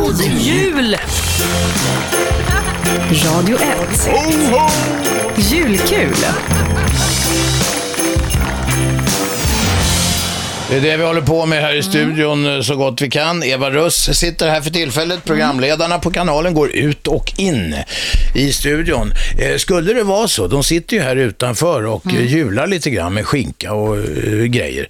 God jul! Radio 1. Julkul. Det är det vi håller på med här i studion så gott vi kan. Eva Russ sitter här för tillfället. Programledarna på kanalen går ut och in i studion. Skulle det vara så, de sitter ju här utanför och jular lite grann med skinka och grejer,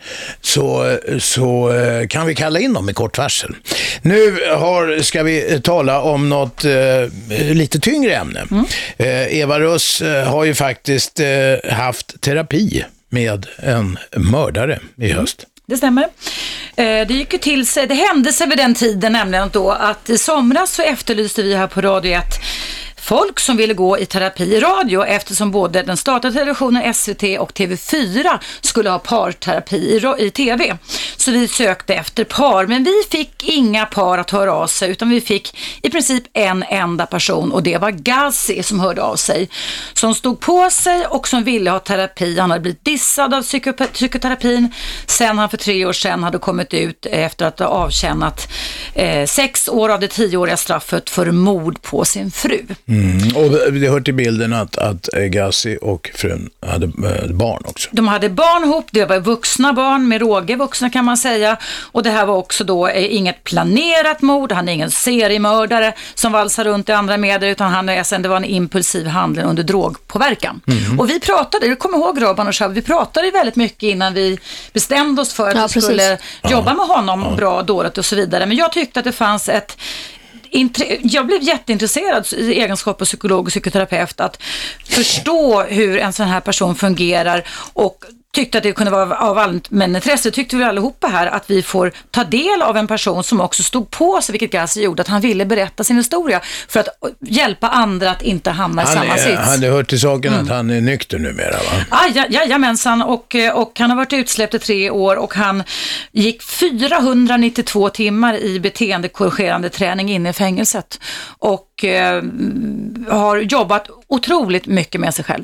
så kan vi kalla in dem i kort varsel. Nu ska vi tala om något lite tyngre ämne. Eva Russ har ju faktiskt haft terapi med en mördare i höst. Det stämmer. Det gick ju till sig, det hände sig vid den tiden nämligen då att i somras så efterlyste vi här på Radio 1 folk som ville gå i terapi i radio eftersom både den statliga televisionen SVT och TV4 skulle ha parterapi i TV. Så vi sökte efter par, men vi fick inga par att höra av sig utan vi fick i princip en enda person och det var Gazi som hörde av sig. Som stod på sig och som ville ha terapi. Han hade blivit dissad av psykoterapin sen han för 3 år sedan hade kommit ut efter att ha avtjänat 6 år av det 10-åriga straffet för mord på sin fru. Och det hör till bilden att Gazi och frun hade barn också. De hade barn ihop, det var vuxna barn med råge vuxna kan man säga. Och det här var också då inget planerat mord, han är ingen seriemördare som valsar runt i andra medier utan det var en impulsiv handling under drogpåverkan. Och vi pratade, du kommer ihåg Robban och Shab, vi pratade väldigt mycket innan vi bestämde oss för att vi skulle jobba med honom bra, dåligt och så vidare. Men jag tyckte att det fanns jag blev jätteintresserad i egenskap av psykolog och psykoterapeut att förstå hur en sån här person fungerar och tyckte att det kunde vara av allmän intresse. Tyckte vi allihopa här att vi får ta del av en person som också stod på sig, vilket Gazi gjorde, att han ville berätta sin historia för att hjälpa andra att inte hamna i samma sits. Han hört till saken att han är nykter numera, va? Jajamensan, och han har varit utsläppt i 3 år och han gick 492 timmar i beteendekorrigerande träning inne i fängelset och har jobbat otroligt mycket med sig själv.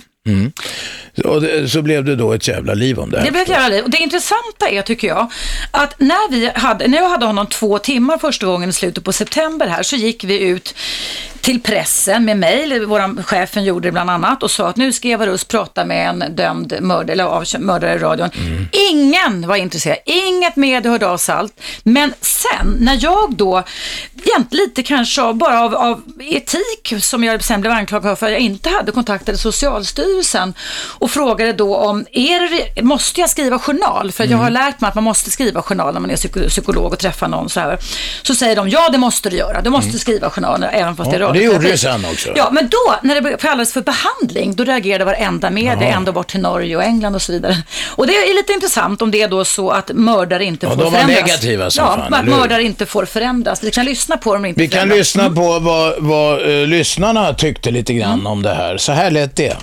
Så blev det då ett jävla liv om det här. Det blev ett jävla liv. Och det intressanta är, tycker jag, att när jag hade honom 2 timmar första gången i slutet på september här, så gick vi ut till pressen med mejl. Chefen gjorde det bland annat och sa att nu ska Eva Russ prata med en dömd mördare i radion. Ingen var intresserad. Inget med hörde av sig allt. Men sen, när jag då egentligen lite kanske bara av etik som jag sen blev anklagad för att jag inte hade kontaktade Socialstyrelsen och frågade då om måste jag skriva journal? För jag har lärt mig att man måste skriva journal när man är psykolog och träffar någon så här. Så säger de, ja det måste du göra. Du måste skriva journal även fast det är radio. Det gjorde du sen också. Ja, men då, när det kallades för behandling, då reagerade varenda media ända bort till Norge och England och så vidare. Och det är lite intressant om det är då så att mördare inte får förändras. De var negativa som fan. Ja, att mördare inte får förändras. Vi kan lyssna på dem inte Vi kan lyssna på vad lyssnarna tyckte lite grann om det här. Så här lät det.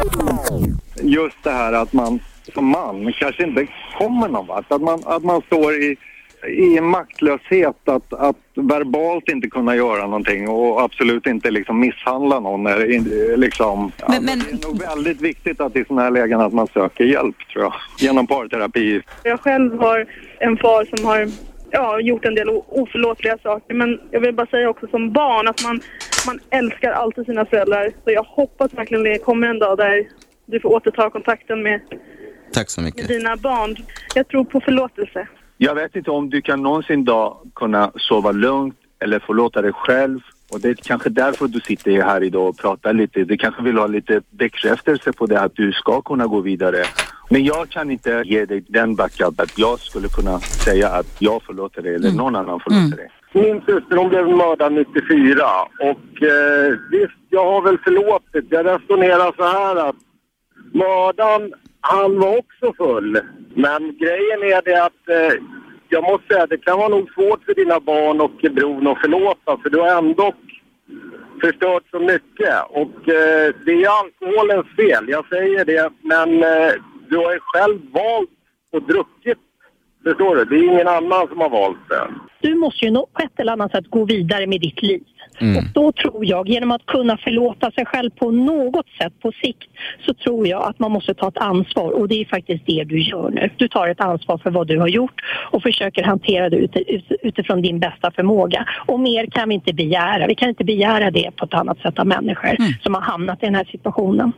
Just det här att man som man kanske inte kommer någon vart. Att man står i maktlöshet att verbalt inte kunna göra någonting och absolut inte liksom misshandla någon. Liksom, men det är nog väldigt viktigt att i sådana här lägen att man söker hjälp, tror jag, genom parterapi. Jag själv har en far som har gjort en del oförlåtliga saker, men jag vill bara säga också som barn att man älskar alltid sina föräldrar, så jag hoppas verkligen det kommer en dag där du får återta kontakten med dina barn. Jag tror på förlåtelse. Jag vet inte om du kan någonsin kunna sova lugnt eller förlåta dig själv. Och det är kanske därför du sitter här idag och pratar lite. Du kanske vill ha lite bekräftelse på det, att du ska kunna gå vidare. Men jag kan inte ge dig den backup att jag skulle kunna säga att jag förlåter dig eller någon annan förlåter dig. Min syster, hon blev mördad 94 och visst, jag har väl förlåtit. Jag resonerar så här att mördaren, han var också full. Men grejen är det att jag måste säga att det kan vara nog svårt för dina barn och bron att förlåta, för du har ändå förstört så mycket. Och det är alkoholens fel, jag säger det, men du har ju själv valt och druckit. Förstår du? Det är ingen annan som har valt det. Du måste ju på ett eller annat sätt gå vidare med ditt liv. Och då tror jag, genom att kunna förlåta sig själv på något sätt på sikt, så tror jag att man måste ta ett ansvar. Och det är faktiskt det du gör nu. Du tar ett ansvar för vad du har gjort och försöker hantera det utifrån din bästa förmåga. Och mer kan vi inte begära. Vi kan inte begära det på ett annat sätt av människor som har hamnat i den här situationen.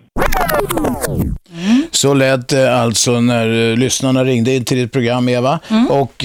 Så lät det alltså när lyssnarna ringde in till ditt program, Eva. Och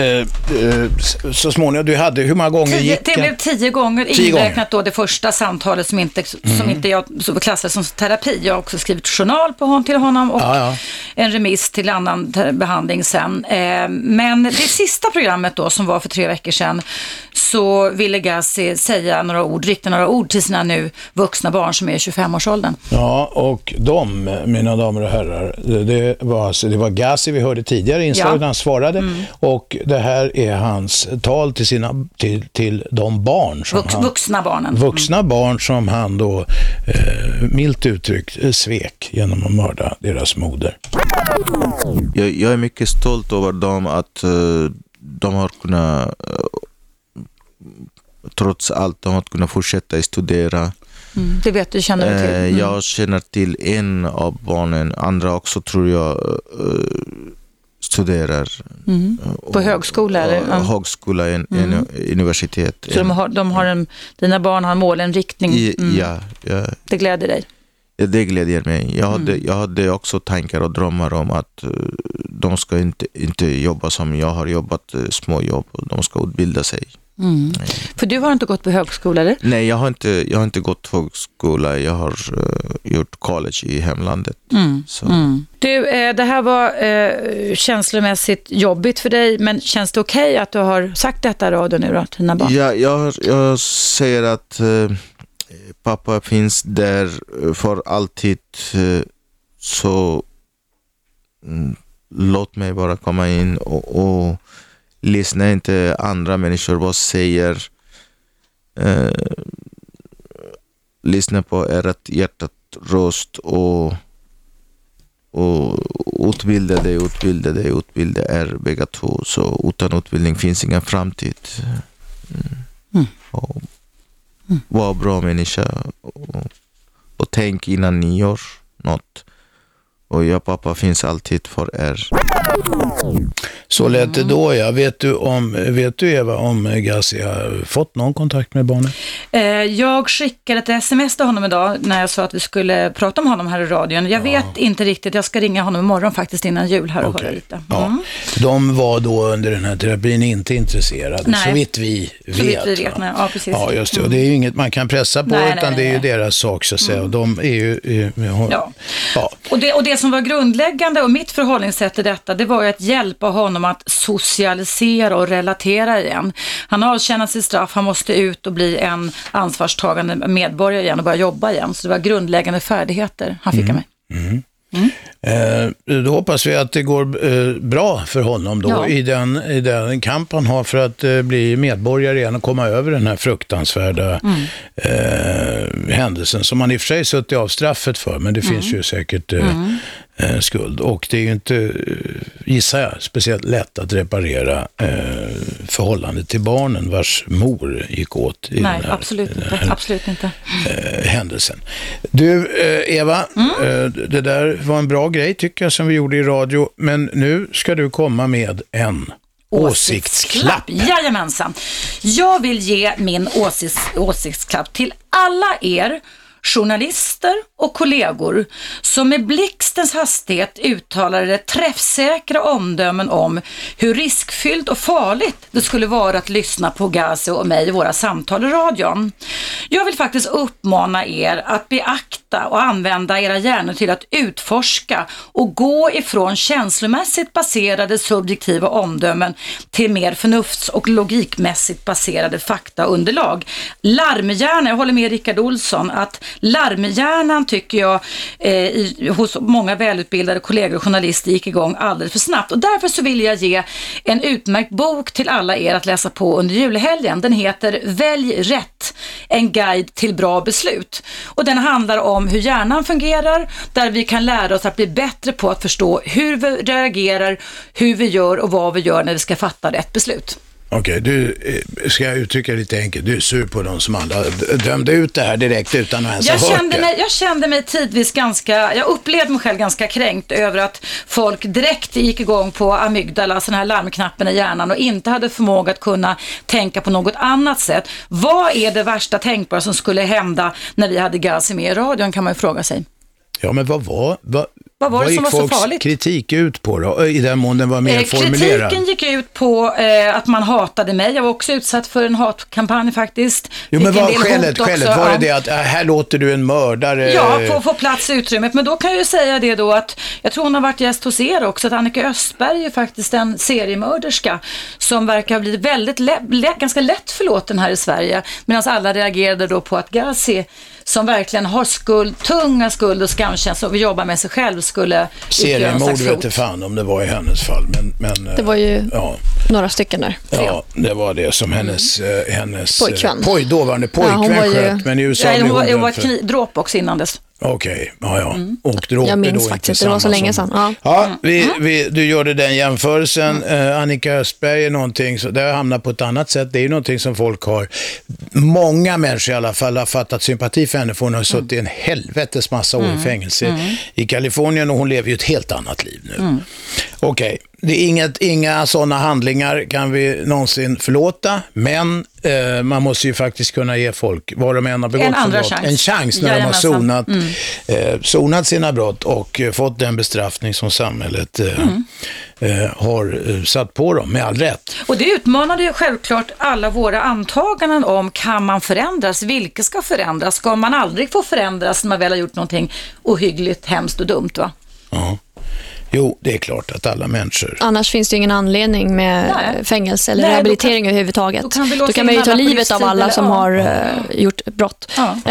så småningom, du hade, hur många gånger gick det? Blev 10 gånger, inräknat då det första samtalet som inte jag klassade som terapi. Jag har också skrivit journal till honom och en remiss till annan behandling sen. Men det sista programmet då, som var för 3 veckor sedan, så ville Gazi säga rikta några ord till sina nu vuxna barn som är i 25-årsåldern. Ja, och mina damer och herrar, det var Gazi vi hörde tidigare i inslaget, han svarade, och det här är hans tal till de barn som vuxna barn som han då milt uttryckt svek genom att mörda deras moder. Jag är mycket stolt över dem, att de har kunnat trots allt de har kunnat fortsätta studera. Det vet du, känner du till? Jag känner till en av barnen, andra också tror jag studerar på högskola eller? Högskola, universitet. Så dina barn har mål, en riktning? Ja. Det gläder dig? Det gläder mig. Jag hade också tankar och drömmar om att de ska inte jobba som jag har jobbat, småjobb, och de ska utbilda sig. För du har inte gått på högskola, eller? Nej, jag har inte gått högskola. Jag har gjort college i hemlandet. Du, det här var känslomässigt jobbigt för dig, men känns det okej att du har sagt detta i radio nu då, till dina barn? Ja, jag säger att pappa finns där för alltid, så låt mig bara komma in och lyssna inte andra människor vad säger. Lyssna på ert hjärtat röst och utbilda er bägge två. Så utan utbildning finns ingen framtid. Var bra människa och tänk innan ni gör något. Och jag pappa finns alltid för er. Så lät det då, ja. Vet du Eva om Gazi har fått någon kontakt med barnen? Jag skickade ett sms till honom idag när jag sa att vi skulle prata om honom här i radion. Jag vet inte riktigt, jag ska ringa honom imorgon faktiskt innan jul här och höra lite. De var då under den här terapin inte intresserade, så vitt vi vet. Ja, precis. Ja, just det. Och det är ju inget man kan pressa på, utan det är ju deras sak så att säga. Och de är ju... Och det som var grundläggande och mitt förhållningssätt till detta, det var ju att hjälpa honom att socialisera och relatera igen. Han har avtjänat sitt straff, han måste ut och bli en ansvarstagande medborgare igen och börja jobba igen. Så det var grundläggande färdigheter han fick av mig. Då hoppas vi att det går bra för honom då i den kamp han har för att bli medborgare igen och komma över den här fruktansvärda händelsen som han i och för sig suttit av straffet för, men det finns ju säkert skuld, och det är ju inte, gissar jag, speciellt lätt att reparera förhållandet till barnen vars mor gick åt i Nej, den här, absolut inte. Händelsen. Du, Eva, det där var en bra grej tycker jag som vi gjorde i radio, men nu ska du komma med en åsiktsklapp. Jajamensan. Jag vill ge min åsiktsklapp till alla er journalister och kollegor som med blixtens hastighet uttalade träffsäkra omdömen om hur riskfyllt och farligt det skulle vara att lyssna på Gazi och mig i våra samtal i radion. Jag vill faktiskt uppmana er att beakta och använda era hjärnor till att utforska och gå ifrån känslomässigt baserade subjektiva omdömen till mer förnufts- och logikmässigt baserade faktaunderlag. Larmhjärna, jag håller med Rickard Olsson, att larmhjärnan tycker jag hos många välutbildade kollegor och journalister gick igång alldeles för snabbt. Och därför så vill jag ge en utmärkt bok till alla er att läsa på under julhelgen. Den heter Välj rätt, en guide till bra beslut. Och den handlar om hur hjärnan fungerar, där vi kan lära oss att bli bättre på att förstå hur vi reagerar, hur vi gör och vad vi gör när vi ska fatta rätt beslut. Okej, du ska jag uttrycka lite enkelt. Du är sur på dem som andra dömde ut det här direkt utan att ens ha hört det. Jag kände mig tidvis jag upplevde mig själv ganska kränkt över att folk direkt gick igång på amygdala, alltså den här larmknappen i hjärnan, och inte hade förmåga att kunna tänka på något annat sätt. Vad är det värsta tänkbara som skulle hända när vi hade Gazi med i radion, kan man ju fråga sig. Ja, men vad var det som var så farligt? Kritik ut på då, i den mån den var mer formulerad? Kritiken gick ut på att man hatade mig. Jag var också utsatt för en hatkampanj faktiskt. Jo, men vad skälet var det att här låter du en mördare? Ja, få plats i utrymmet. Men då kan jag ju säga det då att jag tror hon har varit gäst hos er också, att Annika Östberg är faktiskt en seriemörderska som verkar ha blivit ganska lätt förlåten här i Sverige, medan alla reagerade då på att Gazi, som verkligen har tunga skuld och skamkänslor och jobbar med sig själv, skulle seriemord vet jag fan om det var i hennes fall, men det var ju några stycken där. Ja, det var det som hennes dåvarande pojkvän sköt, men i USA hon var ett dråp också innan dess. Okej, och dråp. Jag minns faktiskt, det var så länge sedan. Du gjorde den jämförelsen. Annika Östberg är någonting, så det har hamnat på ett annat sätt. Det är ju någonting som många människor i alla fall har fattat sympati för henne, för hon har suttit i en helvetes massa år i fängelse i Kalifornien, och hon lever ju ett helt annat liv nu. Okej. Det är inga sådana handlingar kan vi någonsin förlåta, men man måste ju faktiskt kunna ge folk, var de än har begått en chans när de har sonat sina brott och fått den bestraffning som samhället har satt på dem, med all rätt. Och det utmanade ju självklart alla våra antaganden om, kan man förändras? Vilka ska förändras? Ska man aldrig få förändras när man väl har gjort någonting ohyggligt, hemskt och dumt, va? Ja. Jo, det är klart att alla människor... Annars finns det ju ingen anledning med fängelse eller rehabilitering överhuvudtaget. Då kan man ju ta livet av alla som har gjort brott.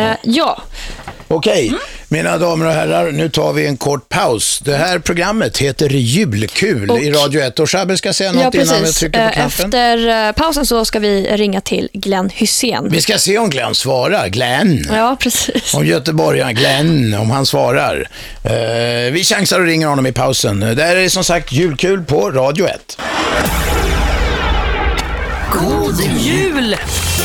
Okej, mina damer och herrar, nu tar vi en kort paus. Det här programmet heter Julkul i Radio 1. Och Shabbe ska säga något innan vi trycker på knappen. Efter pausen så ska vi ringa till Glenn Hysén. Vi ska se om Glenn svarar. Glenn. Ja, precis. Om Göteborgaren Glenn, om han svarar. Vi chansar och ringer honom i pausen. Det här är som sagt Julkul på Radio 1. God jul!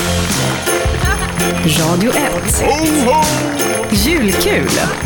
Radio 1. Julkul.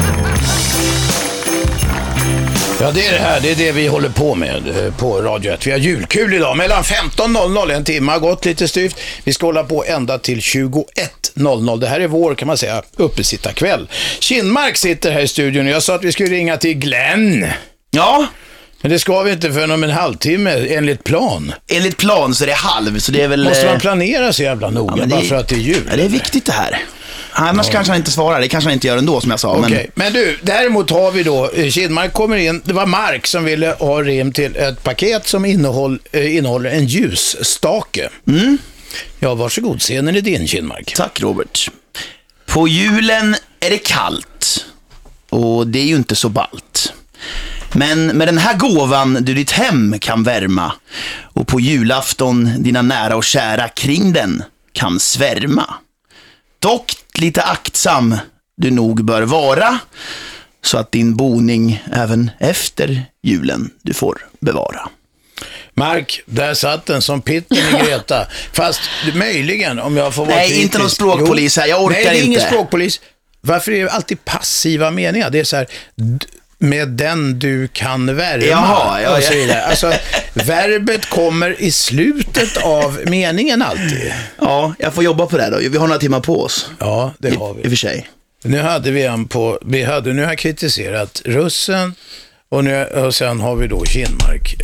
Ja, det är det vi håller på med på Radio 1. Vi har julkul idag. Mellan 15.00, en timme har gått lite styvt. Vi ska hålla på ända till 21.00. Det här är vår, kan man säga, uppesittarkväll. Kinmark sitter här i studion och jag sa att vi skulle ringa till Glenn. Ja. Men det ska vi inte för om en halvtimme enligt plan. Enligt plan så är det halv, så det är väl... Måste man planera så jävla noga bara för att det är jul? Ja, det är viktigt det här. Annars kanske han inte svarar, det kanske han inte gör ändå som jag sa. Okej. Men du, däremot har vi då, Kinmark kommer in, det var Mark som ville ha rim till ett paket som innehåller en ljusstake. Ja, varsågod, scenen är din, Kinmark. Tack, Robert. På julen är det kallt och det är ju inte så ballt. Men med den här gåvan du ditt hem kan värma, och på julafton dina nära och kära kring den kan svärma. Dock lite aktsam du nog bör vara, så att din boning även efter julen du får bevara. Mark, där satt den som pitten i Greta. Fast möjligen, om jag får vara kritisk. Nej, inte någon språkpolis här, jag orkar inte. Nej, det är ingen språkpolis. Varför är det alltid passiva meningar? Det är så här... med den du kan värma. Jaha, och så vidare. Alltså, verbet kommer i slutet av meningen alltid. Ja, jag får jobba på det då. Vi har några timmar på oss. Ja, det har vi. I och för sig. Nu hade nu har jag kritiserat russen och sen har vi då Kinmark.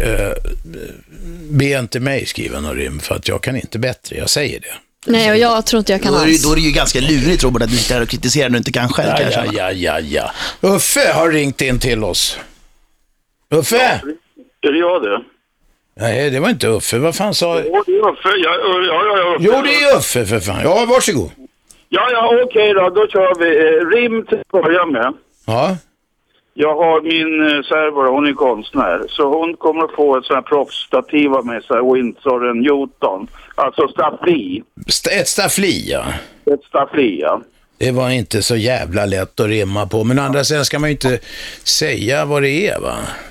Be inte mig skriva någon rim, för att jag kan inte bättre, jag säger det. Nej, och jag tror inte jag kan alls. Då är det ju ganska lurigt, Robert, att du sitter här och kritiserar när du inte kan själv. Ja. Uffe har ringt in till oss. Uffe? Är det jag det? Nej, det var inte Uffe. Vad fan sa... Jo, det är Uffe. Ja. Jo, det är Uffe för fan. Ja, varsågod. Ja, okej då kör vi. Rim till att börja med. Ja. Jag har min särvara, hon är konstnär. Så hon kommer att få ett sånt här proffsstativ med sig, Windsor Newton. Alltså staffli. Ett staffli, ja. Ett staffli, ja. Det var inte så jävla lätt att rimma på. Men andra sidan ska man ju inte säga vad det är, va?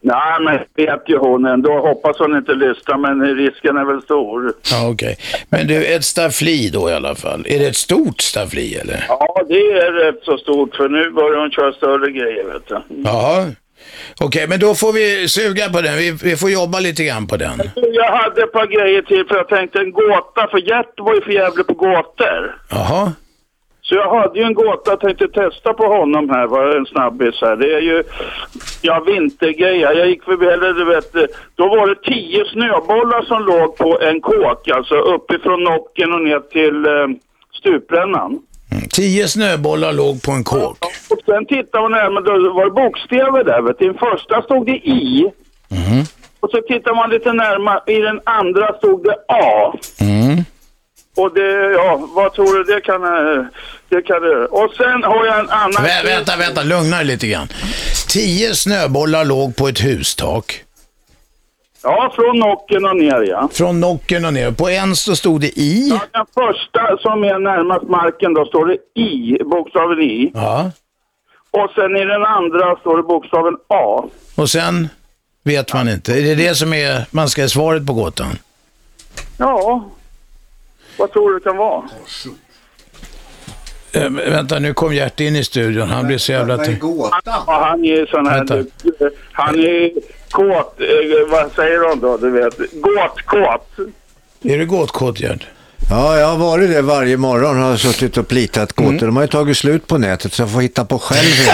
Nej, men vet ju hon ändå. Hoppas hon inte lyssnar, men risken är väl stor. Ja, okej. Men du, ett staffli då i alla fall. Är det ett stort staffli eller? Ja, det är rätt så stort, för nu börjar hon köra större grejer, vet du. Jaha. Okej, men då får vi suga på den. Vi får jobba lite grann på den. Jag hade ett par grejer till, för jag tänkte en gåta, för Gert var ju för jävligt på gåtor. Jaha. Så jag hade ju en gåta, jag tänkte testa på honom här, var en snabbis här. Det är ju, vintergrejer. Jag gick förbi, eller du vet, då var det 10 snöbollar som låg på en kåk, alltså uppifrån nocken och ner till stuprännan. 10 snöbollar låg på en kåk. Och sen tittade man närmare, då var det bokstäver där, vet du. I den första stod det I. Och så tittar man lite närmare, i den andra stod det A. Och det, vad tror du det kan och sen har jag en annan... Vänta, lugna dig lite grann. 10 snöbollar låg på ett hustak. Ja, från nocken och ner, ja. Från nocken och ner. På en så stod det I. Ja, den första som är närmast marken, då står det I, bokstaven I. Ja. Och sen i den andra står det bokstaven A. Och sen vet man inte. Är det som är man ska ha svaret på gåtan? Ja. Vad tror du det kan vara? Vänta, nu kom Gert in i studion. Han blir så jävla... Han är sån här... Han är kåt. Vad säger de då? Du vet. Gåtkåt. Är du gåtkåt, Gert? Ja, jag har varit det varje morgon. Har suttit och plitat gåtor. De har ju tagit slut på nätet, så jag får hitta på själv.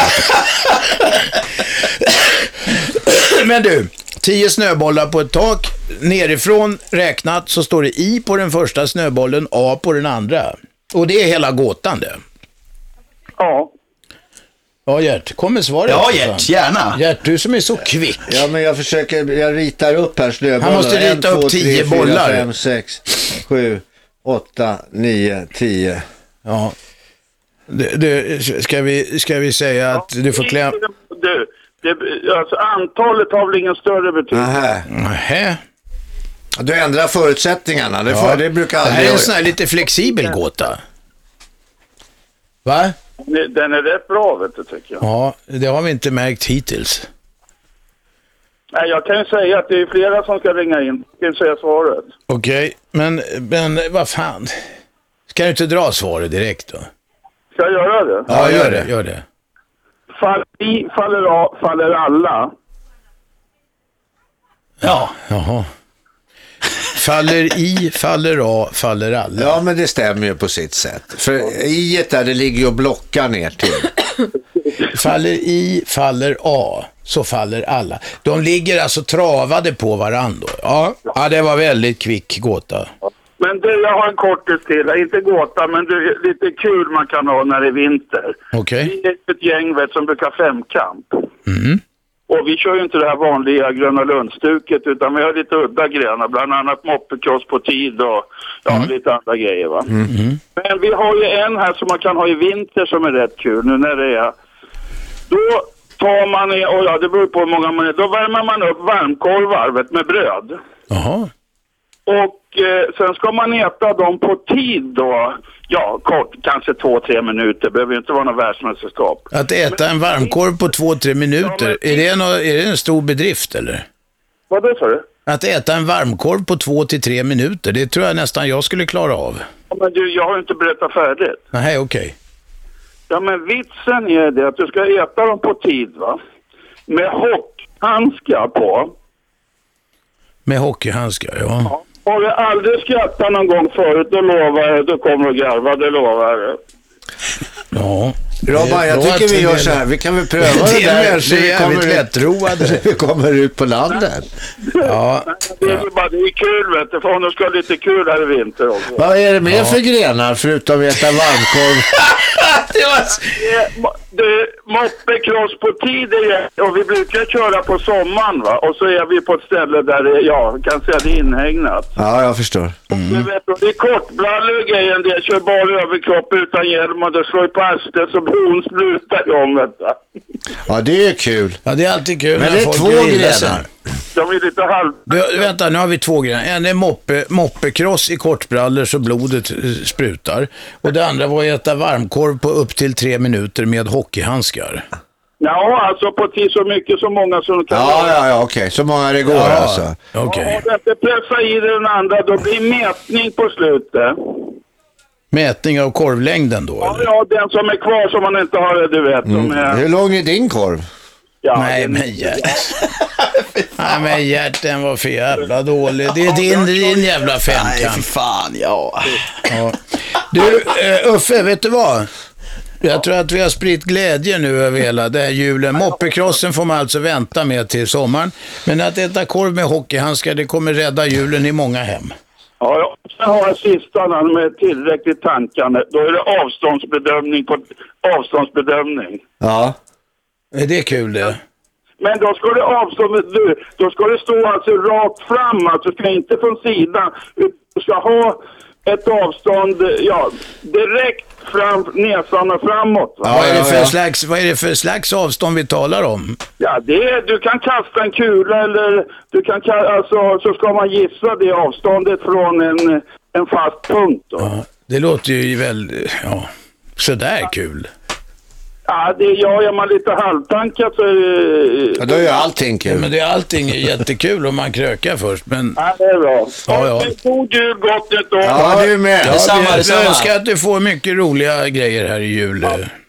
Men du, 10 snöbollar på ett tak. Nerifrån räknat så står det I på den första snöbollen, A på den andra. Och det är hela gåtan det. Ja. Ja, Gert, kommer svaret? Ja, Gert, gärna. Gert, du som är så kvick. Ja, men jag ritar upp här snöbollar. Han måste rita 1, 2, upp 10 3, bollar. 4, 5, 6, 7, 8, 9, 10. Ja. Ska vi säga att du får klämma... Alltså antalet har väl ingen större betydelse. Nähä. Du ändrar förutsättningarna. Det brukar aldrig... Det här är en sån här lite flexibel gåta. Va? Den är rätt bra, vet du, tycker jag. Ja, det har vi inte märkt hittills. Nej, jag kan ju säga att det är flera som ska ringa in. Jag kan säga svaret. Okej, men vad fan? Ska du inte dra svaret direkt då? Ska jag göra det? Ja, gör det. Faller I, faller A, faller alla. Ja. Jaha. Faller I, faller A, faller alla. Ja, men det stämmer ju på sitt sätt. För I där det ligger ju och blockar ner till. Faller I, faller A, så faller alla. De ligger alltså travade på varandra. Ja, det var väldigt kvick gåta. Men du, jag har en kortis till. Inte gåta, men det är lite kul man kan ha när det är vinter. Okej. Vi är ett gäng som brukar femkamp. Mm. Och vi kör ju inte det här vanliga Gröna Lundstuket, utan vi har lite udda grenar. Bland annat moppekross på tid och lite andra grejer, va? Mm. Men vi har ju en här som man kan ha i vinter som är rätt kul nu när det är. Då tar man, och det beror på hur många man är. Då värmer man upp varmkorvar med bröd. Jaha. Och sen ska man äta dem på tid då. Ja, kort, kanske 2-3 minuter. Behöver ju inte vara något världsmästerskap. Att äta en varmkorv på 2-3 minuter, är det en stor bedrift eller? Vad då, sa du? Att äta en varmkorv på 2-3 minuter, det tror jag nästan jag skulle klara av. Ja, men du, jag har inte berättat färdigt. Nej, okej. Ja, men vitsen är det att du ska äta dem på tid, va? Med hockeyhandskar på. Med hockeyhandskar, ja. Har du aldrig skrattat någon gång förut, då lovar då kommer du garva, det lovar. Ja. Robban, jag tycker vi gör så här. Vi kan väl pröva det där så vi kommer lättroade. Vi kommer ut på landet. Ja. Det är kul, vet du. För hon ska ha lite kul här i vinter också. Vad är det mer för grenar förutom att äta varmkorv? Det är moppekross på tid och vi brukar köra på sommaren, va? Och så är vi på ett ställe där det, kan säga det är inhägnat. Ja, jag förstår. Det är kortbrallor och grejen, det kör bara överkropp utan hjälm och det slår på arslet så hon slutar om detta. Ja, det är kul. Ja, det är alltid kul. Men det är 2 grenar. De är lite vänta, nu har vi 2 grejer. En är moppekross i kortbrallor så blodet sprutar. Och det andra var att äta varmkorv på upp till 3 minuter med hockeyhandskar. Ja, alltså på till så mycket så många som kan. Ja, okej. Så många det går alltså. Okej. Om inte pressa i den andra, då blir mätning på slutet. Mätning av korvlängden då? Ja, den som är kvar som man inte har, du vet. Hur lång är din korv? Ja, nej, men nej, men Gert, den var för jävla dålig. Det är din jävla femkant. Nej, för fan, ja. Du, Uffe, vet du vad? Jag tror att vi har spritt glädje nu över hela det här julen. Moppekrossen får man alltså vänta med till sommaren. Men att äta korv med hockeyhandskar, det kommer rädda julen i många hem. Ja, sen har jag sista med tillräckligt tankande. Då är det avståndsbedömning på avståndsbedömning. Ja. Är det kul det? Men då ska då ska det stå alltså rakt fram, alltså inte från sidan. Du ska ha ett avstånd, direkt fram, näsan och framåt. Ja, vad är det för slags avstånd vi talar om? Ja, du kan kasta en kula eller du kan alltså så ska man gissa det avståndet från en fast punkt då. Ja, det låter ju väl, sådär kul. Ja, gör man lite halvtankat så är det... Ja, då är allting kul. Ja, men allting är jättekul om man krökar först, men... Ja, det är bra. Ja. God jul, gott nytt år. Ja, du med. Ja, jag önskar att du får mycket roliga grejer här i jul.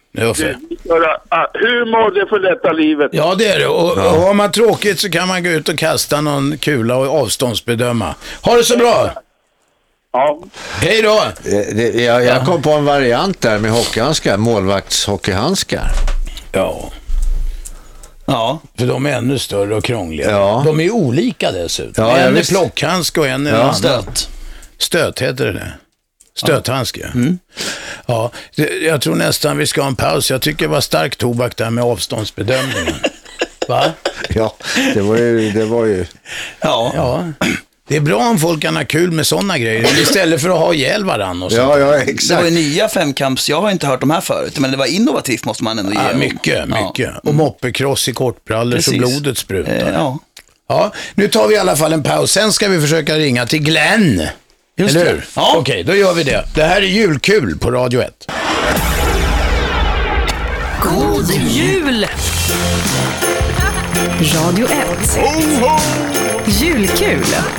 Humor, det förlättar livet. Ja, det är det. Och har man tråkigt så kan man gå ut och kasta någon kula och avståndsbedöma. Ha det så bra! Ja. Hej då! Jag kom på en variant där med hockeyhandskar, målvaktshockeyhandskar. Ja, för de är ännu större och krångliga. Ja. De är olika dessutom. Ja, en är plockhandske och en är annan. Stöt. Stöt heter det. Stöthandske. Ja, jag tror nästan vi ska ha en paus. Jag tycker det var stark tobak där med avståndsbedömningen. Va? Ja, det var ju... Ja. Det är bra om folk kan ha kul med sådana grejer istället för att ha ihjäl varandra. Och så. Ja, exakt. Det var ju nya femkamps, jag har inte hört de här förut, men det var innovativt måste man ändå ge. Ja, mycket. Och moppekross i kortbrallor så blodet sprutar. Ja, nu tar vi i alla fall en paus. Sen ska vi försöka ringa till Glenn. Just eller det. hur? Ja. Okej, då gör vi det. Det här är julkul på Radio 1. God jul! Radio 1. Julkul.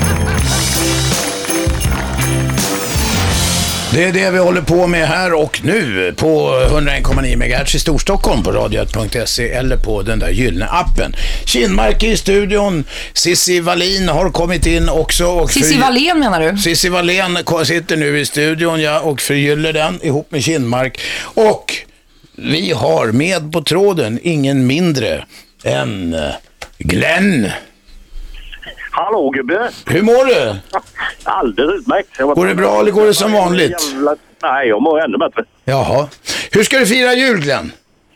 Det är det vi håller på med här och nu på 101,9 MHz i Storstockholm på radio1.se eller på den där gyllene appen. Kinmark i studion, Cissi Wallin har kommit in också. Och Cissi Wallén menar du? Cissi Wallén sitter nu i studion och förgyller den ihop med Kinmark. Och vi har med på tråden ingen mindre än Glenn. Hallå gubbe. Hur mår du? Alldeles utmärkt. Går det bra eller går det som vanligt? Nej, jag mår ännu bättre. Jaha. Hur ska du fira jul, Glenn?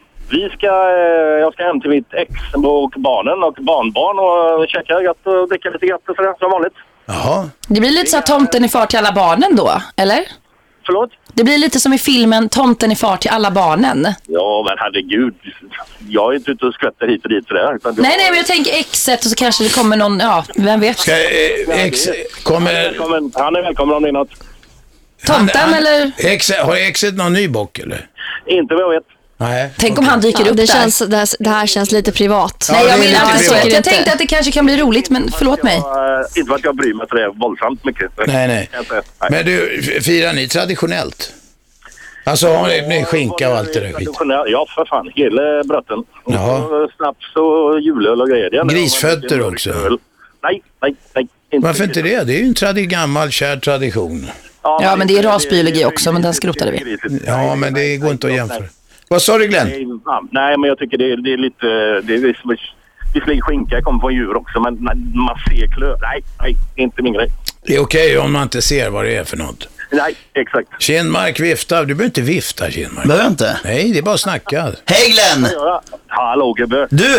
Jag ska hem till mitt ex och barnen och barnbarn och käka gott och dricka lite gott och sådär som vanligt. Jaha. Det blir lite så att tomten är far till alla barnen då, eller? Förlåt? Det blir lite som i filmen Tomten är far till alla barnen. Ja, men herregud. Jag är inte ute och skvätter hit och dit sådär. Nej, men jag tänker exet och så kanske det kommer någon, vem vet. Ska kommer... Han är välkommen om det är något. Tomten eller? Har exet någon ny bock eller? Inte vad jag vet. Nej. Tänk om han dyker upp där. Det här känns lite privat. Nej, jag menar inte så. Jag tänkte att det kanske kan bli roligt, men förlåt mig. Inte för att jag bryr mig så det är våldsamt mycket. Nej. Men du, firar ni traditionellt? Alltså har ni skinka och allt det där skit? Ja, för fan. Hela brötten. Jaha. Snaps och julöl och grejer. Grisfötter också? Nej. Varför inte det? Det är ju en gammal kär tradition. Ja, men det är rasbiologi också, men den skrotade vi. Ja, men det går inte att jämföra. Vad sa du, Glenn? Nej, men jag tycker det är lite... Det är skinka kommer från djur också, men man ser klöv. Nej, inte min grej. Det är okej om man inte ser vad det är för något. Nej, exakt. Kinmark viftar. Du behöver inte vifta, Kinmark. Behöver inte? Nej, det är bara att snacka. Hej Glenn! Hallå gubbe. Du!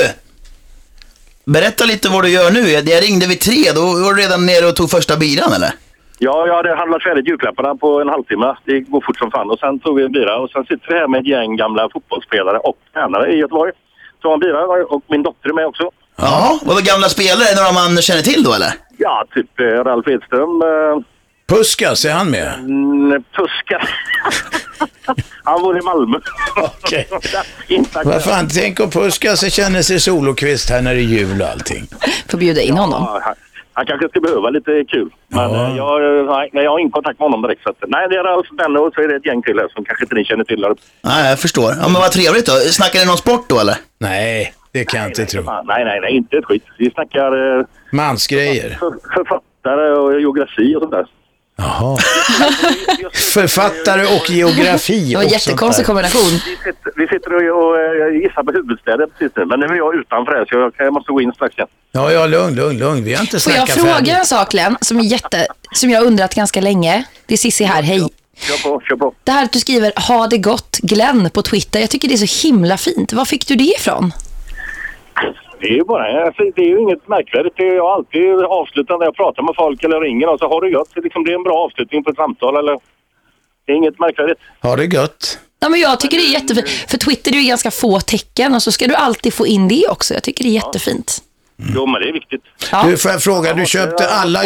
Berätta lite vad du gör nu. Jag ringde vid 3, då var du redan nere och tog första biran, eller? Ja, jag hade handlat färdigt julklapparna på en halvtimme. Det går fort som fan. Och sen tog vi en bira och sen sitter vi här med ett gäng gamla fotbollsspelare och tränare i Göteborg. Så en bira och min dotter är med också. Ja, vad var gamla spelare? Är det några man känner till då, eller? Ja, typ Ralf Edström. Puskas, är han med? Puskas. Han bor i Malmö. Okej. Vad fan, tänk och Puska så känner sig Solokvist här när det är jul och allting. Får bjuda in honom. Han kanske ska behöva lite kul. Men jag har ingen kontakt med honom direkt. Så att, nej, det är alltså den och så är det ett gäng till här som kanske inte ni känner till. Nej, jag förstår. Ja, men vad trevligt då. Snackar ni någon sport då, eller? Nej, det kan jag inte tro. Nej, inte ett skit. Vi snackar... mansgrejer. Författare och geografi och sånt där. Jaha. Författare och geografi. Det var en jättekonstig kombination. Vi sitter och gissar på huvudstäder precis nu. Men nu är jag utanför det, så jag måste gå in strax igen. Ja, lugn. Vi har inte snackat färdigt. Får jag fråga en sak, Glenn, som jag har undrat ganska länge? Det är Cissi här, hej. Kör på. Det här att du skriver ha det gott Glenn på Twitter, jag tycker det är så himla fint. Var fick du det ifrån? Det är ju bara, det är ju inget märkvärdigt. Jag har alltid avslutat när jag pratar med folk eller ringer och så har det gött. Liksom, det är en bra avslutning på ett samtal eller... Det är inget märkvärdigt. Har det gött? Ja, men jag tycker det är jättefint. För Twitter är ju ganska få tecken och så ska du alltid få in det också. Jag tycker det är jättefint. Jo, men det är viktigt. Ja. Du, får jag fråga, du köpte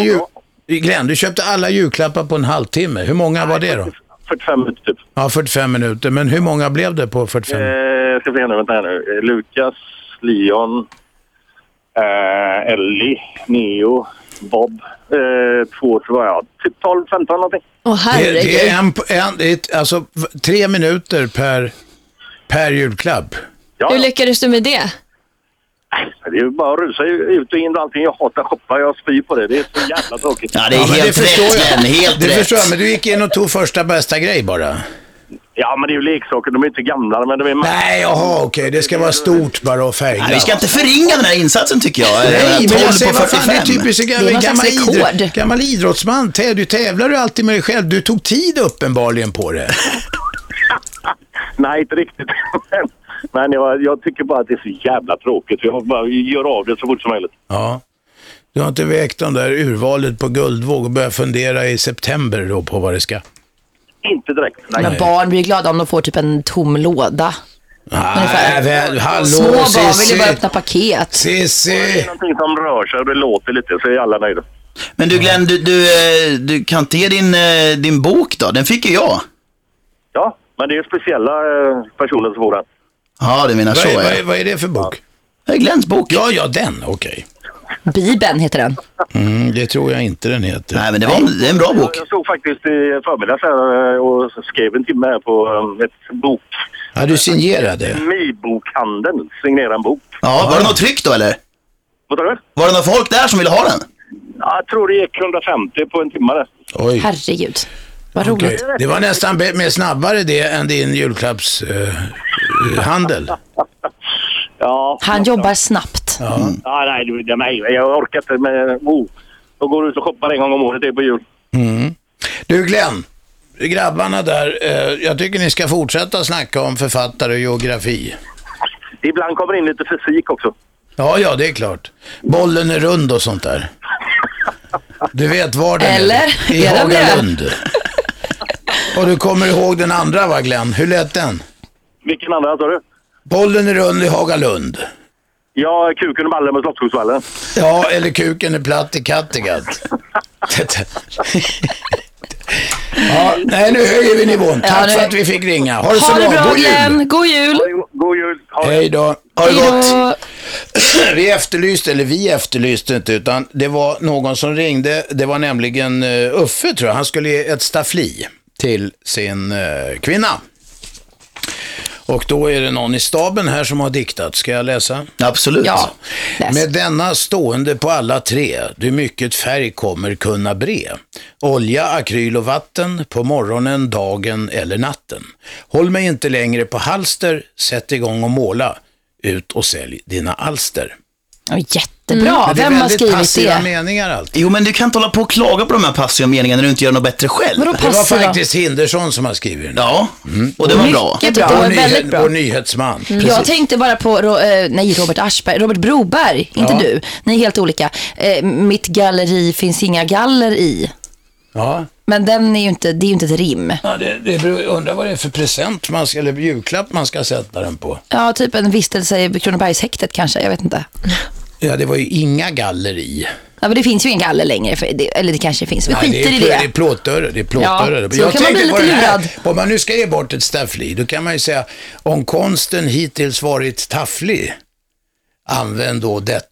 alla julklappar på en halvtimme. Hur många var det då? 45 minuter typ. Ja, 45 minuter. Men hur många blev det på 45 minuter? Ska vi se nu, vänta här nu. Lukas, Leon, Ellie, Neo, Bob, 2 tror jag. Typ 12-15 någonting. Det är alltså 3 minuter per julklapp. Ja. Hur lyckades du med det? Det är ju bara att rusa ut och in och allting. Jag hatar shoppa, jag spyr på det. Det är så jävla tråkigt. Ja, det är helt rätt. Det förstår jag, men du gick in och tog första bästa grej bara. Ja, men det är ju leksaker. De är inte gamla, men de är... Nej, jaha, okej. Det ska vara stort bara och färgglatt. Vi ska inte förringa den här insatsen, tycker jag. Nej, men jag säger, vad fan, det är typiskt gammal idrottsman. Du tävlar ju alltid med dig själv. Du tog tid uppenbarligen på det. Nej, inte riktigt. Men jag tycker bara att det är så jävla tråkigt. Jag bara gör av det så fort som möjligt. Ja. Du har inte vägt de där urvalet på Guldvåg och börjat fundera i september då på vad det ska? Inte direkt. Nej. Men barn blir glada om de får typ en tom låda. Hallå, små barn vill ju bara öppna paket. Cissi. Det är någonting som rör sig och det låter lite, så är alla nöjda. Men du Glenn, du kan inte ge din bok då? Den fick ju jag. Ja, men det är speciella personer som får den. Ja, det menar så. Vad är det för bok? Det är Glenns bok. Ja, den, okej. Bibeln heter den. Det tror jag inte den heter. Nej, men det är en bra bok. Jag såg faktiskt i förmiddags här och skrev en timme här på ett bok. Ja, du signerade. Mi-bokhandeln signerade en bok. Ja, var det något tryck då eller? Vad tror du? Var det några folk där som ville ha den? Ja, jag tror det gick 150 på en timme där. Oj. Herregud. Vad roligt. Okay. Det var nästan mer snabbare det än din julklappshandel. Ja. Han jobbar snabbt. Ja. Nej, jag orkar inte med... Jag går ut och shoppar en gång om året, det är på jul. Du Glenn, grabbarna där, jag tycker ni ska fortsätta snacka om författare och geografi. Ibland kommer in lite fysik också. Ja, det är klart. Bollen är rund och sånt där. Du vet var den är. I Hagalund. Och du kommer ihåg den andra, va Glenn? Hur lät den? Vilken andra, sa du? Bollen är rund i Hagalund. Ja, kuken och ballen med Slottsskogsvallen. Ja, eller kuken är platt i Kattegatt. Ja, nej, nu höjer vi nivån. Tack för att vi fick ringa. Ha det så bra. God jul. God jul. God jul. Hej då. Ha det gott. Vi efterlyste inte, utan det var någon som ringde. Det var nämligen Uffe, tror jag. Han skulle ge ett staffli till sin kvinna. Och då är det någon i staben här som har diktat. Ska jag läsa? Absolut. Ja, med denna stående på alla tre, du mycket färg kommer kunna bre. Olja, akryl och vatten, på morgonen, dagen eller natten. Håll mig inte längre på halster, sätt igång och måla. Ut och sälj dina alster. Jättebra. Vem har skrivit det? Passiva meningar alltid. Jo, men du kan inte hålla på och klaga på de här passiva meningarna när du inte gör något bättre själv. Det var faktiskt Hindersson som har skrivit den. Ja, och det var bra. Mycket bra. Väldigt bra. Vår nyhetsman. Jag tänkte bara på Robert Aschberg, Robert Broberg, inte du. Ni är helt olika. Mitt galleri finns inga galler i. Ja. Men den är ju inte, det är ju inte ett rim. Ja, undrar vad det är för present eller julklapp man ska sätta den på. Ja, typ en vistelse i Kronobergshäktet kanske, jag vet inte. Ja, det var ju inga galler i. Ja, men det finns ju ingen galler längre, eller det kanske finns. Vi skiter i det. Det är plåtdörrar. Ja, så kan man bli lite lurad. Om man nu ska ge bort ett staffli, då kan man ju säga, om konsten hittills varit tafflig, använd då detta... ...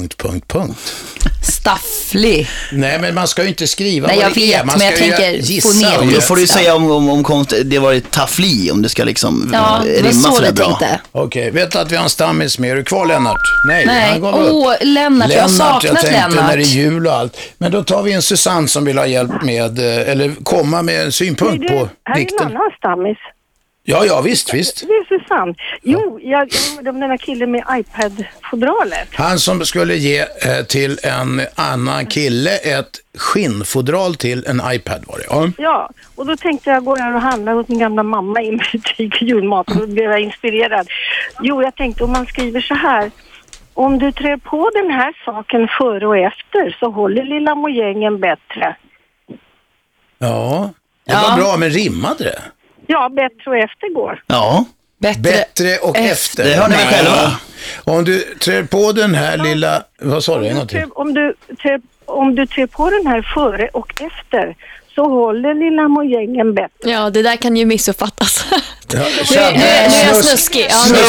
Stafflig. Nej, men man ska ju inte skriva. Nej, jag vet, men jag tänker gissa. Då får du säga om konst, det var ett taffli, om det ska liksom rimma så för det bra. Okej, vet du att vi har en stammis med? Är du kvar, Lennart? Nej. Lennart, jag har saknat jag tänkte Lennart. när det är jul och allt. Men då tar vi en Susanne som vill ha hjälp med, eller komma med en synpunkt på dikten. Här är en annan stammis. Ja, visst. Det är Susanne. Jo, den där killen med iPad-fodralet. Han som skulle ge till en annan kille ett skinnfodral till en iPad var det, Ja, och då tänkte jag gå här och handla hos min gamla mamma i en butik för julmat, och då blev jag inspirerad. Jo, jag tänkte om man skriver så här: om du trär på den här saken före och efter så håller lilla mojängen bättre. Ja, det var bra, men rimmade det? Ja, bättre och efter går. Ja. Bättre och efter. Det hör ni själva. Om du trär på den här lilla... Vad sa du en gång till? Om du trär på den här före och efter så håller lilla mojängen bättre. Ja, det där kan ju missuppfattas. Ja, nu är jag snuskig.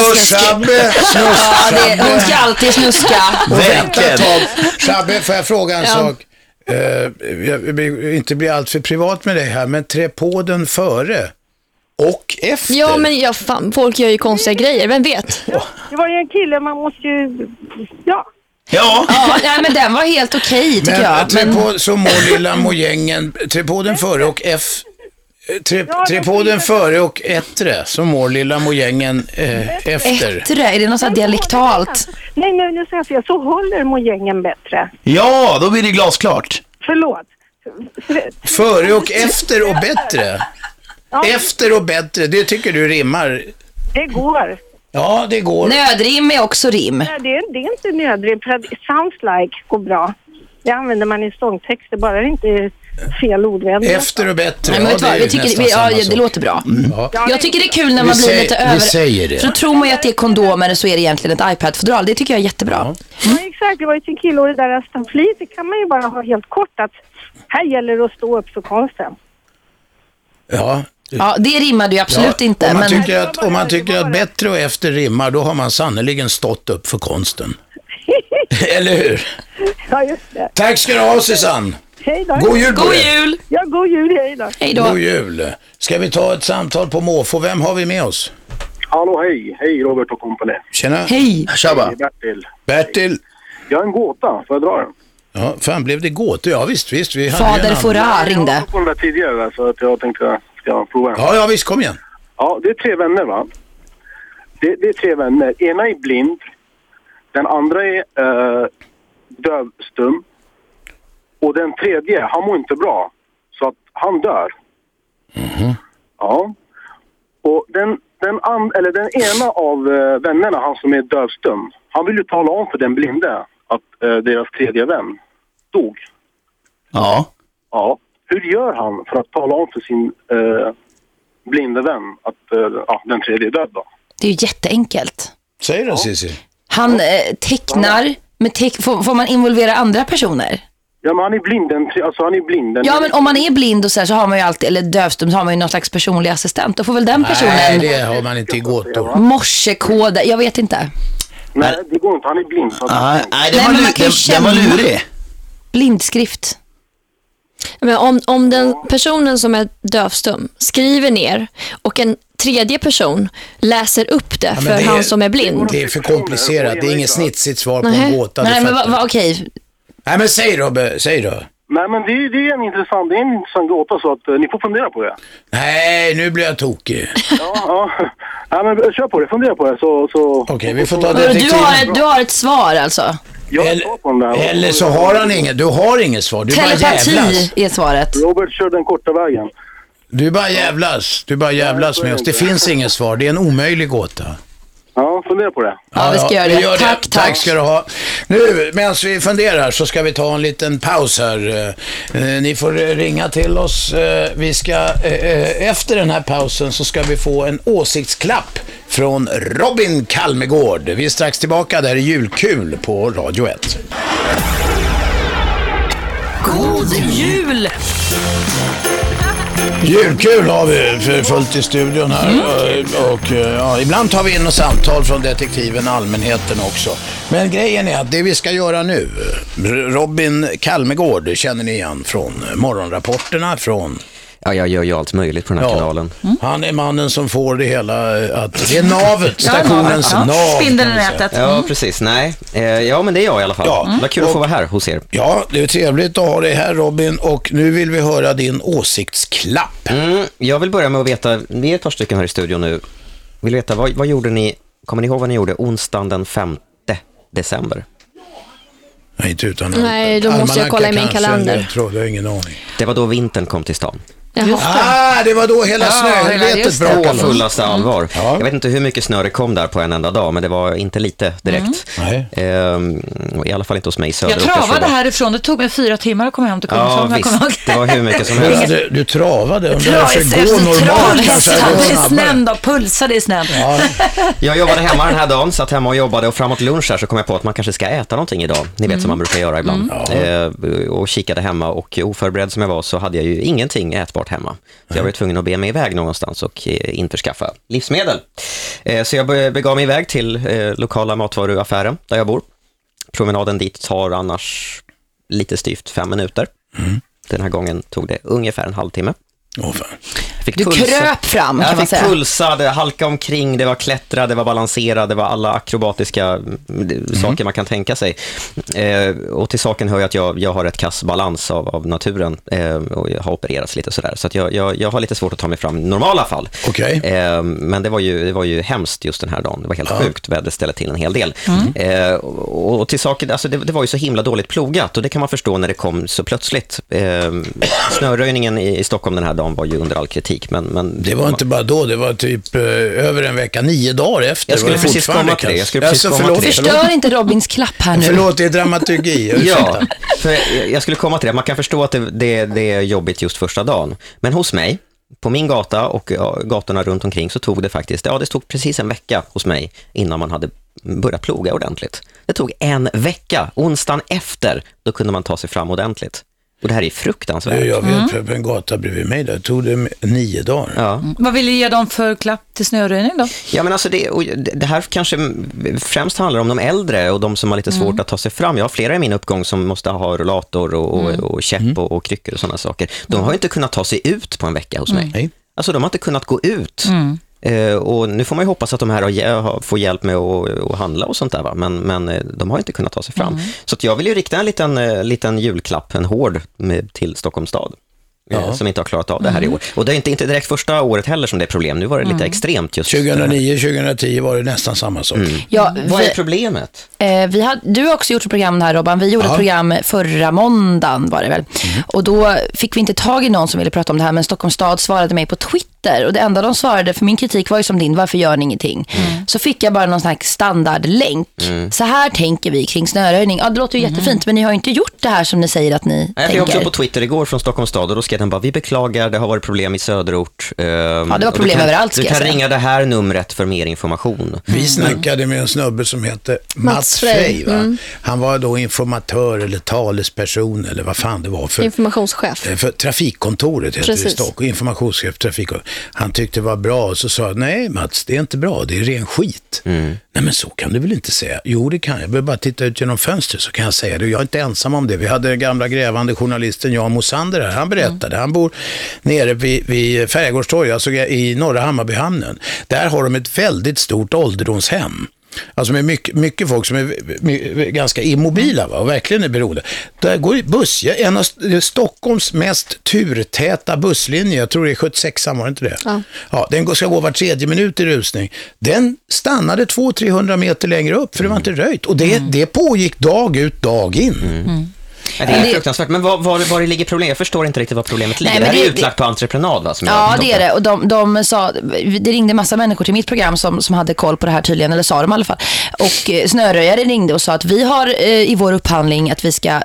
Hon ska alltid snuska. Shabbe, får jag fråga en sak? Jag vill inte bli allt för privat med dig här, men trä på den före och efter. Ja, men folk gör ju konstiga grejer, vem vet? Det var ju en kille, man måste ju... Ja, men den var helt okej, tycker jag. Trä på så mår lilla mojängen, trä på den före och trä på den före och efter, så mår lilla mojängen efter. Efter, är det något så dialektalt? Nej, nu säger jag så håller mojängen bättre. Ja, då blir det glasklart. Förlåt. Före och efter och bättre. Efter och bättre, det tycker du rimmar? Det går. Ja, det går. Nödrim är också rim. Nej, det är inte nödrim. Sounds like går bra. Det använder man i sångtexter, bara det inte är fel ordvändning. Efter och bättre. Nej, men det låter bra. Ja. Jag tycker det är kul när man blir lite över. Vi säger det. Så tror man ju att det är kondomer, så är det egentligen ett iPad-fodral. Det tycker jag är jättebra. Ja, exakt. Det var ju till kille och det där staffli. Det kan man ju bara ha helt kort att här gäller det att stå upp för konsten. Ja, det rimmar ju absolut inte. Om man tycker att bättre och efter rimmar, då har man sannoliken stått upp för konsten. Eller hur? Ja, just det. Tack ska du ha, Susanne. Hej då. God jul. God jul. Ja, god jul. Hej då. Hej då. God jul. Ska vi ta ett samtal på måfå? Vem har vi med oss? Hallå, hej. Hej, Robert och kompani. Tjena. Hej. Tjaba. Bertil. Jag har en gåta. Får jag dra den? Ja, fan blev det gåtor? Ja, visst. Vi hade Fader Fora ringde. Jag var på den där tidigare, så att jag tänkte ska prova den. Ja, visst. Kom igen. Ja, det är 3 vänner, va? Det är 3 vänner. Ena är blind. Den andra är dövstum. Och den tredje, han mår inte bra. Så att han dör. Ja. Och den ena av vännerna, han som är dövstum, han vill ju tala om för den blinde att deras tredje vän dog. Ja. Ja. Hur gör han för att tala om för sin blinde vän att den tredje är död då? Det är ju jätteenkelt. Säg det, Cissi. Han tecknar, får man involvera andra personer? Ja, men han är blind. Han är blind. Ja, men om man är blind och så har man ju alltid, eller dövstum, så har man ju någon slags personlig assistent. Då får väl den personen... Nej, det har man inte i gåtor. Morsekoda, jag vet inte. Nej, det går inte. Han är blind. Nej, den var lurig. Blindskrift. Men om den personen som är dövstum skriver ner och en tredje person läser upp det för han som är blind. Det är för komplicerat. Det är inget snitsigt svar på en gåta. Nej, men okej. Nej, men säg då. Nej, men det är en intressant gåta, så att ni får fundera på det. Nej, nu blir jag tokig. Ja. Nej, men kör på det. Fundera på det. Så... Okej, vi får ta detektiv. Du har ett svar alltså? Eller så har han inget. Du har inget svar. Du bara jävlas. Telepati är svaret. Robert kör den korta vägen. Du bara jävlas med oss. Det finns inget svar. Det är en omöjlig gåta. Ja, fundera på det. Ja, vi ska göra det. Tack ska du ha. Nu, medan vi funderar, så ska vi ta en liten paus här. Ni får ringa till oss. Vi ska, efter den här pausen så ska vi få en åsiktsklapp från Robin Kalmegård. Vi är strax tillbaka. Där är julkul på Radio 1. God jul! Julkul har vi för fullt i studion här. Och ja, ibland tar vi in och samtal från detektiven, allmänheten också. Men grejen är att det vi ska göra nu, Robin Kalmegård känner ni igen från morgonrapporterna från... Ja, jag gör ju allt möjligt på den här kanalen. Han är mannen som får det hela, att det är navet, stationens nav. Spindeln i nätet. Ja, precis. Nej. Ja, men det är jag i alla fall. Det var kul att få vara här hos er. Ja, det är trevligt att ha dig här, Robin. Och nu vill vi höra din åsiktsklapp. Jag vill börja med att veta, vi är ett par stycken här i studion nu. Vill veta, vad gjorde ni, kommer ni ihåg vad ni gjorde onsdagen den 5 december? Nej, inte utan Nej, då måste jag kolla i min kalender. Jag tror, jag har ingen aning. Det var då vintern kom till stan. Det var då hela snöhelvetet brakade. På fullaste allvar. Jag vet inte hur mycket snö det kom där på en enda dag, men det var inte lite direkt. I alla fall inte hos mig i söder. Jag travade härifrån, det tog mig 4 timmar att komma hem till Kungsholm. Ja, visst. Det var hur mycket som helst. Du travade? Jag travade i snön då, pulsade i snön. Jag jobbade hemma den här dagen, satt hemma och jobbade, och framåt lunch här så kom jag på att man kanske ska äta någonting idag. Ni vet som man brukar göra ibland. Och kikade hemma, och oförberedd som jag var så hade jag ju ingenting ätbart hemma. Så jag var tvungen att be mig iväg någonstans och införskaffa livsmedel. Så jag begav mig iväg till lokala matvaruaffären där jag bor. Promenaden dit tar annars lite styvt 5 minuter. Den här gången tog det ungefär en halvtimme. Du kröp fram, kan man säga. Jag fick pulsa, det halka omkring, det var klättra, det var balansera, det var alla akrobatiska saker man kan tänka sig. Och till saken hör jag att jag har ett kass balans av naturen, och jag har opererats lite sådär. Så att jag har lite svårt att ta mig fram i normala fall. Men det var ju hemskt just den här dagen. Det var helt sjukt, vädret ställde till en hel del. Och till saken, alltså det var ju så himla dåligt plogat, och det kan man förstå när det kom så plötsligt. Snöröjningen i Stockholm den här dagen var ju under all kritik. Men det var inte bara då, det var typ över en vecka, 9 dagar efter. Jag skulle precis komma till det. Förstör inte Robins klapp här nu. Förlåt, det är dramaturgi. Ja, för jag skulle komma till det. Man kan förstå att det är jobbigt just första dagen. Men hos mig, på min gata och gatorna runt omkring, så tog det faktiskt, det stod precis en vecka hos mig innan man hade börjat ploga ordentligt. Det tog en vecka, onsdagen efter, då kunde man ta sig fram ordentligt. Och det här är fruktansvärt. Jag vet, på en gata bredvid mig där tog det 9 dagar. Vad vill du ge dem för klapp till snöröjning då? Ja, men alltså det här kanske främst handlar om de äldre och de som har lite svårt att ta sig fram. Jag har flera i min uppgång som måste ha rollator och käpp och kryckor och sådana saker. De har inte kunnat ta sig ut på en vecka hos mig. Alltså de har inte kunnat gå ut. Och nu får man ju hoppas att de här får hjälp med att handla och sånt där, va? Men de har inte kunnat ta sig fram. Så att jag vill ju rikta en liten julklapp, en hård till Stockholms stad. Som inte har klarat av det här i år. Och det är inte direkt första året heller som det är problem. Nu var det lite extremt just. 2009-2010 var det nästan samma sak. Vad är problemet? Du har också gjort ett program här, Robban. Vi gjorde ett program förra måndagen var det väl. Och då fick vi inte tag i någon som ville prata om det här, men Stockholms stad svarade mig på Twitter. Och det enda de svarade, för min kritik var ju som din, varför gör ni ingenting? Så fick jag bara någon sån här standardlänk. Så här tänker vi kring snöröjning. Ja, det låter ju jättefint, men ni har ju inte gjort det här som ni säger att ni tänker. Jag fick också på Twitter igår från Stockholms stad, och då skrev den bara, vi beklagar, det har varit problem i söderort. Ja, det var problem överallt. Du kan ringa det här numret för mer information. Vi snackade med en snubbe som hette Mats Frey, va? Han var då informatör eller talesperson eller vad fan det var för informationschef för trafikkontoret heter det i Stockholm, informationschef trafikkontoret. Han tyckte det var bra och så sa nej Mats, det är inte bra, det är ren skit. Nej men så kan du väl inte säga. Jo det kan jag, behöver bara titta ut genom fönstret så kan jag säga det. Jag är inte ensam om det. Vi hade den gamla grävande journalisten Jan Mosander här, han berättade, han bor nere vid Färjegårdstorg, alltså i norra Hammarbyhamnen. Där har de ett väldigt stort ålderdomshem. Alltså med mycket folk som är ganska immobila, va? Och verkligen är beroende. Där går en av Stockholms mest turtäta busslinjer, jag tror det är 76, var det inte det? Ja, den ska gå var 3:e minut i rusning. Den stannade 200-300 meter längre upp för det var inte röjt. Och det pågick dag ut, dag in. Ja, det är fruktansvärt, men var det ligger problem? Jag förstår inte riktigt vad problemet ligger. Det här är utlagt på entreprenad, va? Det är det. Och de sa, det ringde massa människor till mitt program som hade koll på det här tydligen, eller sa de i alla fall. Och snöröjare ringde och sa att vi har i vår upphandling att vi ska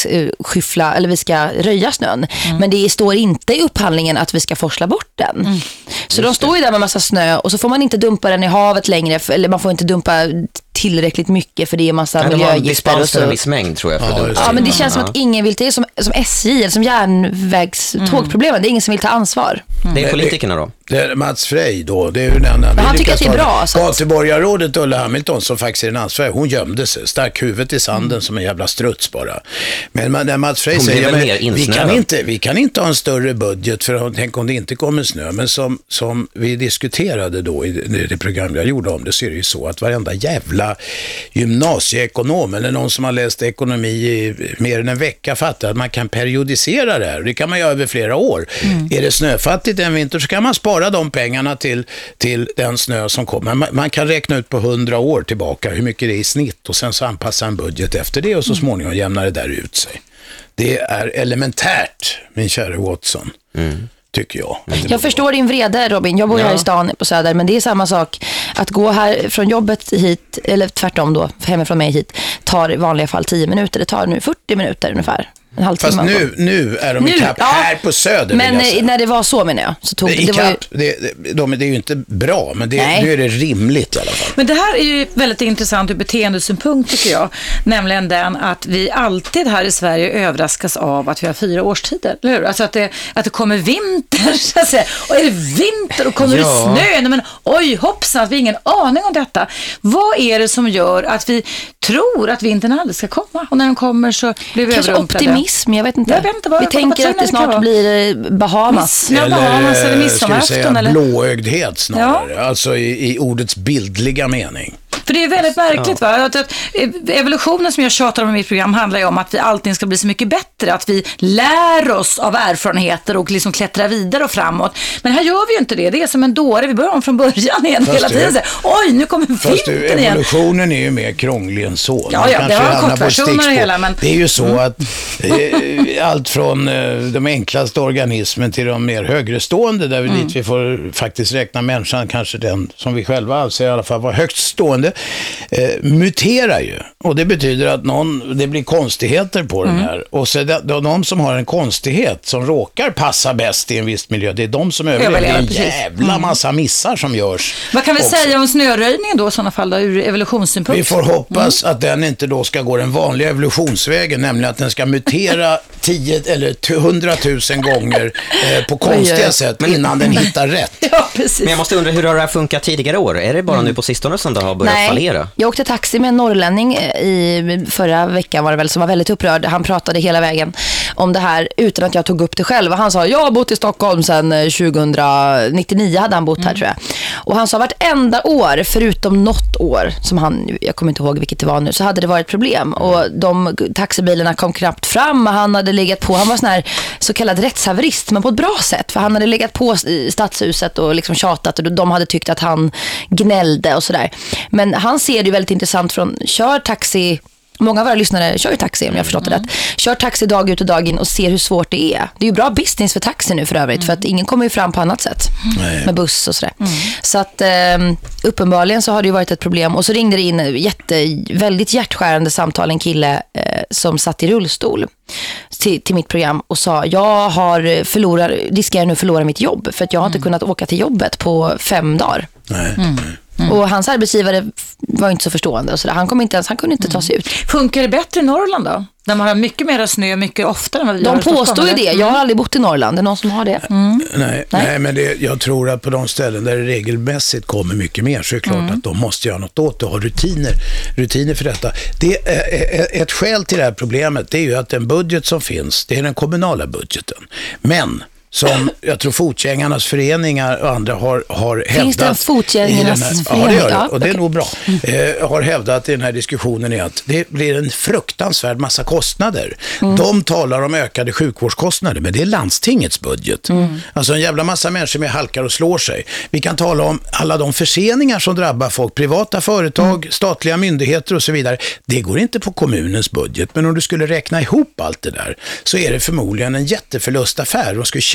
skyffla eller vi ska röja snön, men det står inte i upphandlingen att vi ska forsla bort den. Så de står ju där med massa snö och så får man inte dumpa den i havet längre, eller man får inte dumpa tillräckligt mycket för det är en massa miljögifter och så. En viss mängd tror jag. Ja, men det känns som att ingen vill ta, som SJ eller som järnvägstågproblemen. Det är ingen som vill ta ansvar. Det är politikerna då. Det är Mats Frey då, det är ju den han tycker att det är bra. Gatuborgarrådet Ulla Hamilton som faktiskt är en ansvarig, hon gömde sig, stack huvudet i sanden som en jävla struts bara. Men när Mats Frey säger, vi kan inte ha en större budget för tänk om det inte kommer snö, men som vi diskuterade då i det program jag gjorde om det, så är det ju så att varenda jävla gymnasieekonom eller någon som har läst ekonomi i mer än en vecka fattar att man kan periodisera det här. Det kan man göra över flera år. Är det snöfattigt en vinter så kan man spara de pengarna till den snö som kommer. Man kan räkna ut på 100 år tillbaka hur mycket det är i snitt och sen så anpassa en budget efter det och så småningom jämnar det där ut sig. Det är elementärt, min kära Watson. Tycker jag. Jag förstår din vrede, Robin. Jag bor här i stan på Söder, men det är samma sak. Att gå här från jobbet hit, eller tvärtom då, hemifrån mig hit, tar i vanliga fall 10 minuter. Det tar nu 40 minuter ungefär. Fast nu är de ikapp här på Söder. Men när det var så menar jag så tog det var det är ju inte bra, men nu är det rimligt i alla fall. Men det här är ju väldigt intressant ur beteendesynpunkt tycker jag. Nämligen den att vi alltid här i Sverige överraskas av att vi har 4 årstider, eller hur? Alltså att det kommer vinter så att säga. Och är det vinter och kommer det snö? Men oj hoppsan, att vi har ingen aning om detta. Vad är det som gör att vi tror att vintern aldrig ska komma? Och när den kommer så blir vi överrumplade. Jag vet inte. Vi tänker att det snart blir Bahamas. Bahamas eller midsommarafton. Eller blåögdhet snarare. Ja. Alltså i ordets bildliga mening. För det är väldigt märkligt va? Att evolutionen som jag tjatar om i mitt program handlar ju om att vi allting ska bli så mycket bättre. Att vi lär oss av erfarenheter och liksom klättrar vidare och framåt. Men här gör vi ju inte det. Det är som en dåre. Vi börjar om från början igen hela tiden. Oj, nu kommer vintern igen. Evolutionen är ju mer krånglig än så. Ja, det har kortversioner hela. Men... Det är ju så att allt från de enklaste organismen till de mer högrestående där dit vi får faktiskt räkna människan, kanske den som vi själva anser i alla fall var högst stående, muterar ju. Och det betyder att det blir konstigheter på den här. Och så de som har en konstighet som råkar passa bäst i en viss miljö, det är de som överlever. Det är en jävla massa missar som görs. Vad kan vi säga om snöröjningen då i sådana fall då, ur evolutionssynpunkt? Vi får hoppas att den inte då ska gå den vanliga evolutionsvägen, nämligen att den ska mutera 10 eller 100 000 gånger på konstiga sätt innan den hittar rätt. Ja, precis. Men jag måste undra, hur har det här funkat tidigare år? Är det bara nu på sistone som det har börjat fallera? Jag åkte taxi med en norrlänning i förra veckan var det väl, som var väldigt upprörd. Han pratade hela vägen om det här utan att jag tog upp det själv. Och han sa, jag har bott i Stockholm sedan 2099 hade han bott här tror jag. Och han sa, vartenda år förutom något år som jag kommer inte ihåg vilket det var nu, så hade det varit problem. Och de taxibilarna kom knappt fram och han hade legat på, han var sån här så kallad rättshaverist, men på ett bra sätt. För han hade legat på i stadshuset och liksom tjatat och de hade tyckt att han gnällde och sådär. Men han ser det ju väldigt intressant från kör taxi. Många av våra lyssnare kör ju taxi om jag har förstått det rätt. Kör taxi dag ut och dag in och ser hur svårt det är. Det är ju bra business för taxi nu för övrigt för att ingen kommer ju fram på annat sätt. Med buss och sådär. Så att uppenbarligen så har det ju varit ett problem. Och så ringde det in väldigt hjärtskärande samtal en kille som satt i rullstol till mitt program och sa, jag riskerar nu förlora mitt jobb för att jag har inte kunnat åka till jobbet på 5 dagar. Och hans arbetsgivare var inte så förstående och så där. Han kunde inte ta sig ut. Funkar det bättre i Norrland då? Där man har mycket mer snö, mycket oftare än vad vi har. De påstår ju det. Jag har aldrig bott i Norrland. Det är någon som har det. Nej, men jag tror att på de ställen där det regelmässigt kommer mycket mer så är det klart att de måste göra något åt det och ha rutiner för detta. Det är ett skäl till det här problemet, det är ju att den budget som finns, det är den kommunala budgeten. Men som jag tror fotgängarnas föreningar och andra har hävdat. Finns det en fotgängarnas förening? Ja, det gör det. Och det är nog bra. Har hävdat i den här diskussionen är att det blir en fruktansvärd massa kostnader. De talar om ökade sjukvårdskostnader, men det är landstingets budget. Alltså en jävla massa människor med halkar och slår sig. Vi kan tala om alla de förseningar som drabbar folk, privata företag, statliga myndigheter och så vidare. Det går inte på kommunens budget, men om du skulle räkna ihop allt det där så är det förmodligen en jätteförlustaffär. De skulle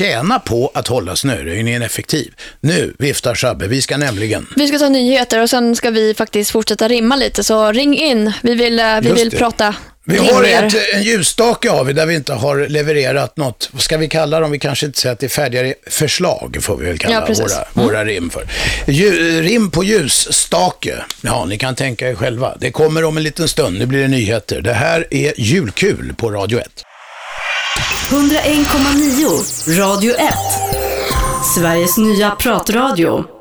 tjäna på att hålla snöröjningen effektiv. Nu viftar Shabbe, vi ska nämligen... Vi ska ta nyheter och sen ska vi faktiskt fortsätta rimma lite, så ring in. Vi vill prata. Vi har en ljusstake av där vi inte har levererat något, vad ska vi kalla dem? Vi kanske inte säger att det är färdiga förslag, får vi väl kalla våra rim för. Rim på ljusstake. Ja, ni kan tänka er själva. Det kommer om en liten stund, nu blir det nyheter. Det här är Julkul på Radio 1. 101,9 Radio 1. Sveriges nya pratradio.